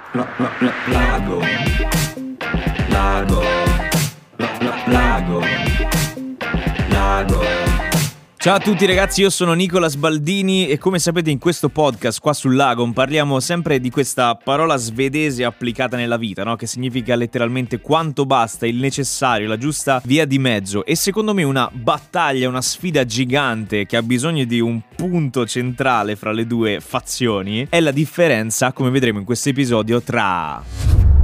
Lago. Ciao a tutti ragazzi, io sono Nicola Sbaldini e come sapete in questo podcast qua sul Lago parliamo sempre di questa parola svedese applicata nella vita, no? Che significa letteralmente quanto basta, il necessario, la giusta via di mezzo. E secondo me una battaglia, una sfida gigante che ha bisogno di un punto centrale fra le due fazioni è la differenza, come vedremo in questo episodio, tra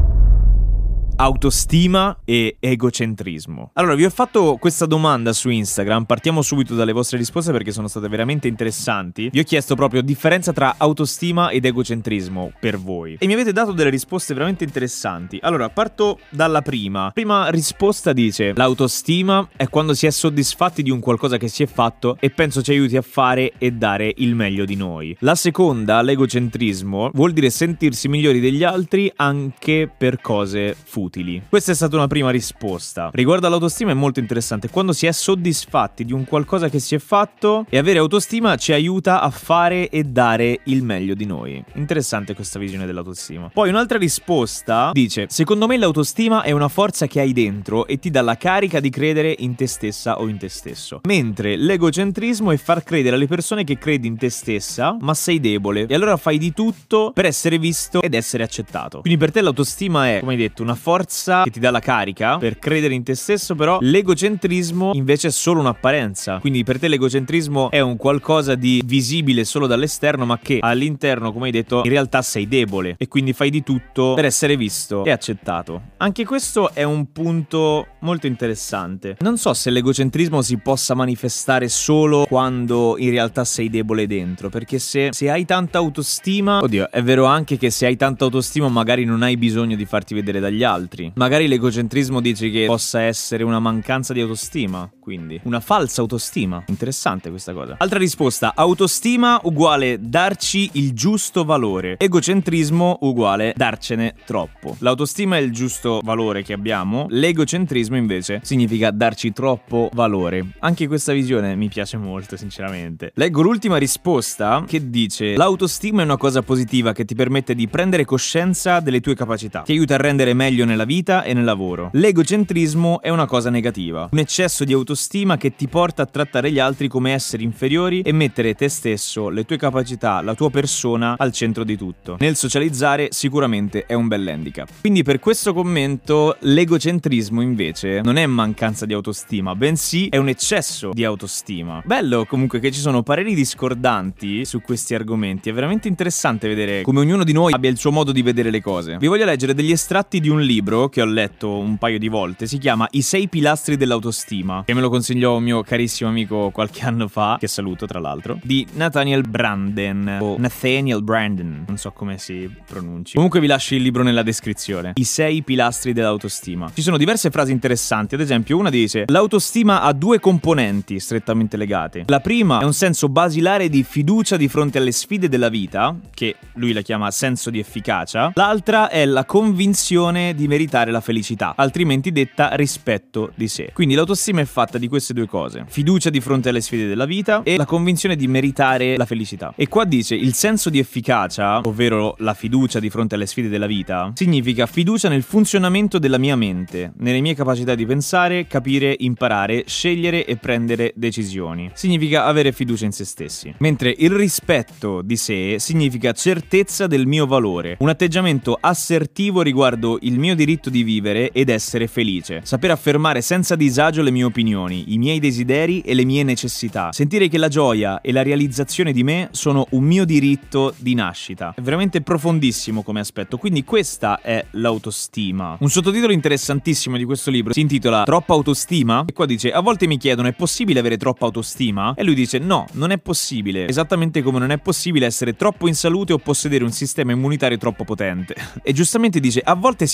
autostima e egocentrismo. Allora, vi ho fatto questa domanda su Instagram, partiamo subito dalle vostre risposte perché sono state veramente interessanti. Vi ho chiesto proprio differenza tra autostima ed egocentrismo per voi e mi avete dato delle risposte veramente interessanti. Allora, parto dalla prima. Prima risposta dice: l'autostima è quando si è soddisfatti di un qualcosa che si è fatto e penso ci aiuti a fare e dare il meglio di noi. La seconda, l'egocentrismo, vuol dire sentirsi migliori degli altri anche per cose futili. Questa è stata una prima risposta. Riguardo all'autostima è molto interessante. Quando si è soddisfatti di un qualcosa che si è fatto e avere autostima ci aiuta a fare e dare il meglio di noi. Interessante questa visione dell'autostima. Poi un'altra risposta dice: secondo me l'autostima è una forza che hai dentro e ti dà la carica di credere in te stessa o in te stesso. Mentre l'egocentrismo è far credere alle persone che credi in te stessa ma sei debole e allora fai di tutto per essere visto ed essere accettato. Quindi per te l'autostima è, come hai detto, una forza che ti dà la carica per credere in te stesso, però l'egocentrismo invece è solo un'apparenza. Quindi per te l'egocentrismo è un qualcosa di visibile solo dall'esterno, ma che all'interno, come hai detto, in realtà sei debole e quindi fai di tutto per essere visto e accettato. Anche questo è un punto molto interessante. Non so se l'egocentrismo si possa manifestare solo quando in realtà sei debole dentro, perché se hai tanta autostima, oddio, è vero anche che se hai tanta autostima magari non hai bisogno di farti vedere dagli altri. Magari l'egocentrismo dice che possa essere una mancanza di autostima, quindi una falsa autostima. Interessante questa cosa. Altra risposta: autostima uguale darci il giusto valore, egocentrismo uguale darcene troppo. L'autostima è il giusto valore che abbiamo, l'egocentrismo invece significa darci troppo valore. Anche questa visione mi piace molto, sinceramente. Leggo l'ultima risposta che dice: l'autostima è una cosa positiva che ti permette di prendere coscienza delle tue capacità, ti aiuta a rendere meglio nella vita e nel lavoro. L'egocentrismo è una cosa negativa, un eccesso di autostima che ti porta a trattare gli altri come esseri inferiori e mettere te stesso, le tue capacità, la tua persona al centro di tutto. Nel socializzare sicuramente è un bell'handicap. Quindi per questo commento l'egocentrismo invece non è mancanza di autostima, bensì è un eccesso di autostima. Bello comunque che ci sono pareri discordanti su questi argomenti, è veramente interessante vedere come ognuno di noi abbia il suo modo di vedere le cose. Vi voglio leggere degli estratti di un libro che ho letto un paio di volte, si chiama I 6 pilastri dell'autostima, che me lo consigliò un mio carissimo amico qualche anno fa, che saluto tra l'altro, di Nathaniel Branden o Nathaniel Branden, non so come si pronunci. Comunque vi lascio il libro nella descrizione. I 6 pilastri dell'autostima. Ci sono diverse frasi interessanti, ad esempio una dice: l'autostima ha due componenti strettamente legate. La prima è un senso basilare di fiducia di fronte alle sfide della vita, che lui la chiama senso di efficacia. L'altra è la convinzione di meritare la felicità, altrimenti detta rispetto di sé. Quindi l'autostima è fatta di queste due cose: fiducia di fronte alle sfide della vita e la convinzione di meritare la felicità. E qua dice: il senso di efficacia, ovvero la fiducia di fronte alle sfide della vita, significa fiducia nel funzionamento della mia mente, nelle mie capacità di pensare, capire, imparare, scegliere e prendere decisioni. Significa avere fiducia in se stessi. Mentre il rispetto di sé significa certezza del mio valore, un atteggiamento assertivo riguardo il mio diritto di vivere ed essere felice, saper affermare senza disagio le mie opinioni, i miei desideri e le mie necessità, sentire che la gioia e la realizzazione di me sono un mio diritto di nascita. È veramente profondissimo come aspetto, quindi questa è l'autostima. Un sottotitolo interessantissimo di questo libro si intitola Troppa autostima? E qua dice: a volte mi chiedono: è possibile avere troppa autostima? E lui dice: no, non è possibile, esattamente come non è possibile essere troppo in salute o possedere un sistema immunitario troppo potente. E giustamente dice: a volte si confonde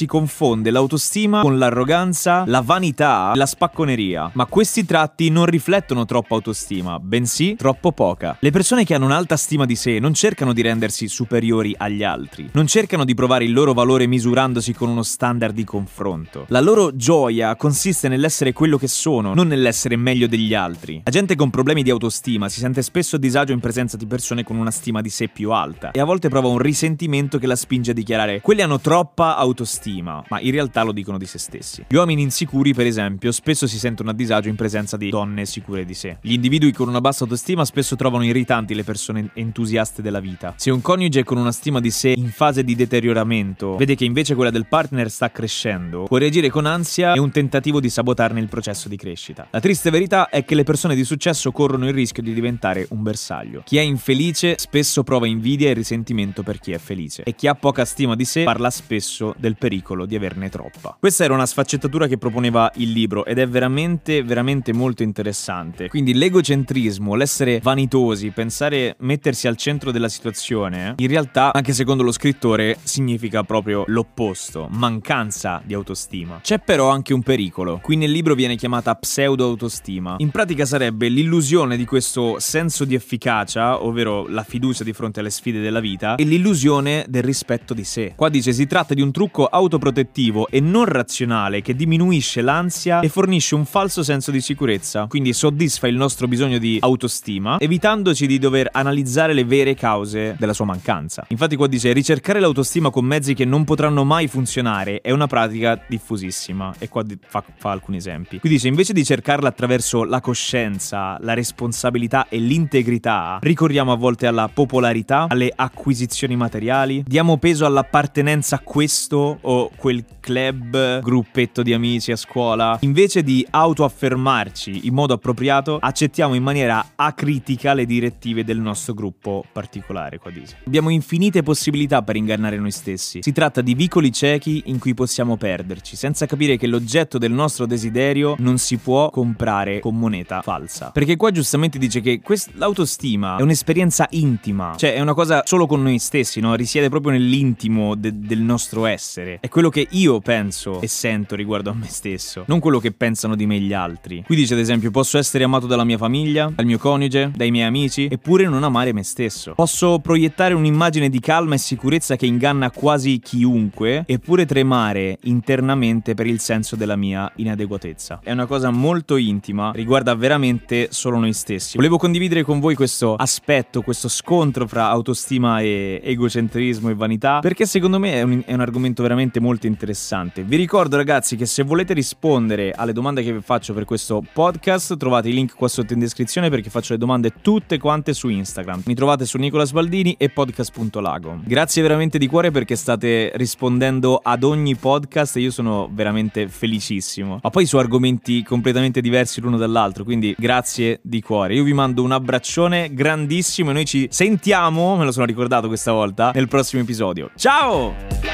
confonde l'autostima con l'arroganza, la vanità, la spacconeria. Ma questi tratti non riflettono troppa autostima, bensì troppo poca. Le persone che hanno un'alta stima di sé non cercano di rendersi superiori agli altri, non cercano di provare il loro valore misurandosi con uno standard di confronto. La loro gioia consiste nell'essere quello che sono, non nell'essere meglio degli altri. La gente con problemi di autostima si sente spesso a disagio in presenza di persone con una stima di sé più alta e a volte prova un risentimento che la spinge a dichiarare: quelli hanno troppa autostima, ma in realtà lo dicono di se stessi. Gli uomini insicuri, per esempio, spesso si sentono a disagio in presenza di donne sicure di sé. Gli individui con una bassa autostima spesso trovano irritanti le persone entusiaste della vita. Se un coniuge con una stima di sé in fase di deterioramento vede che invece quella del partner sta crescendo, può reagire con ansia e un tentativo di sabotarne il processo di crescita. La triste verità è che le persone di successo corrono il rischio di diventare un bersaglio. Chi è infelice spesso prova invidia e risentimento per chi è felice, e chi ha poca stima di sé parla spesso del pericolo di averne troppa. Questa era una sfaccettatura che proponeva il libro ed è veramente molto interessante. Quindi l'egocentrismo, l'essere vanitosi, pensare mettersi al centro della situazione, in realtà, anche secondo lo scrittore, significa proprio l'opposto, mancanza di autostima. C'è però anche un pericolo. Qui nel libro viene chiamata pseudo-autostima. In pratica sarebbe l'illusione di questo senso di efficacia, ovvero la fiducia di fronte alle sfide della vita, e l'illusione del rispetto di sé. Qua dice: si tratta di un trucco autoprotettivo e non razionale che diminuisce l'ansia e fornisce un falso senso di sicurezza, quindi soddisfa il nostro bisogno di autostima, evitandoci di dover analizzare le vere cause della sua mancanza. Infatti qua dice: ricercare l'autostima con mezzi che non potranno mai funzionare è una pratica diffusissima, e qua fa alcuni esempi. Qui dice: invece di cercarla attraverso la coscienza, la responsabilità e l'integrità, ricorriamo a volte alla popolarità, alle acquisizioni materiali, diamo peso all'appartenenza a questo o quel club, gruppetto di amici a scuola. Invece di autoaffermarci in modo appropriato, accettiamo in maniera acritica le direttive del nostro gruppo particolare, qua dice. Abbiamo infinite possibilità per ingannare noi stessi. Si tratta di vicoli ciechi in cui possiamo perderci, senza capire che l'oggetto del nostro desiderio non si può comprare con moneta falsa. Perché qua giustamente dice che l'autostima è un'esperienza intima, cioè è una cosa solo con noi stessi, no? Risiede proprio nell'intimo del nostro essere. È quello che io penso e sento riguardo a me stesso, non quello che pensano di me gli altri. Qui dice ad esempio: posso essere amato dalla mia famiglia, dal mio coniuge, dai miei amici, eppure non amare me stesso. Posso proiettare un'immagine di calma e sicurezza che inganna quasi chiunque, eppure tremare internamente per il senso della mia inadeguatezza. È una cosa molto intima, riguarda veramente solo noi stessi. Volevo condividere con voi questo aspetto, questo scontro fra autostima e egocentrismo e vanità, perché secondo me è un argomento veramente molto interessante. Vi ricordo, ragazzi, che se volete rispondere alle domande che vi faccio per questo podcast, trovate i link qua sotto in descrizione, perché faccio le domande tutte quante su Instagram. Mi trovate su Nicola Sbaldini e podcast.lago. Grazie veramente di cuore, perché state rispondendo ad ogni podcast e io sono veramente felicissimo. Ma poi su argomenti completamente diversi l'uno dall'altro, quindi grazie di cuore. Io vi mando un abbraccione grandissimo e noi ci sentiamo, me lo sono ricordato questa volta, nel prossimo episodio. Ciao!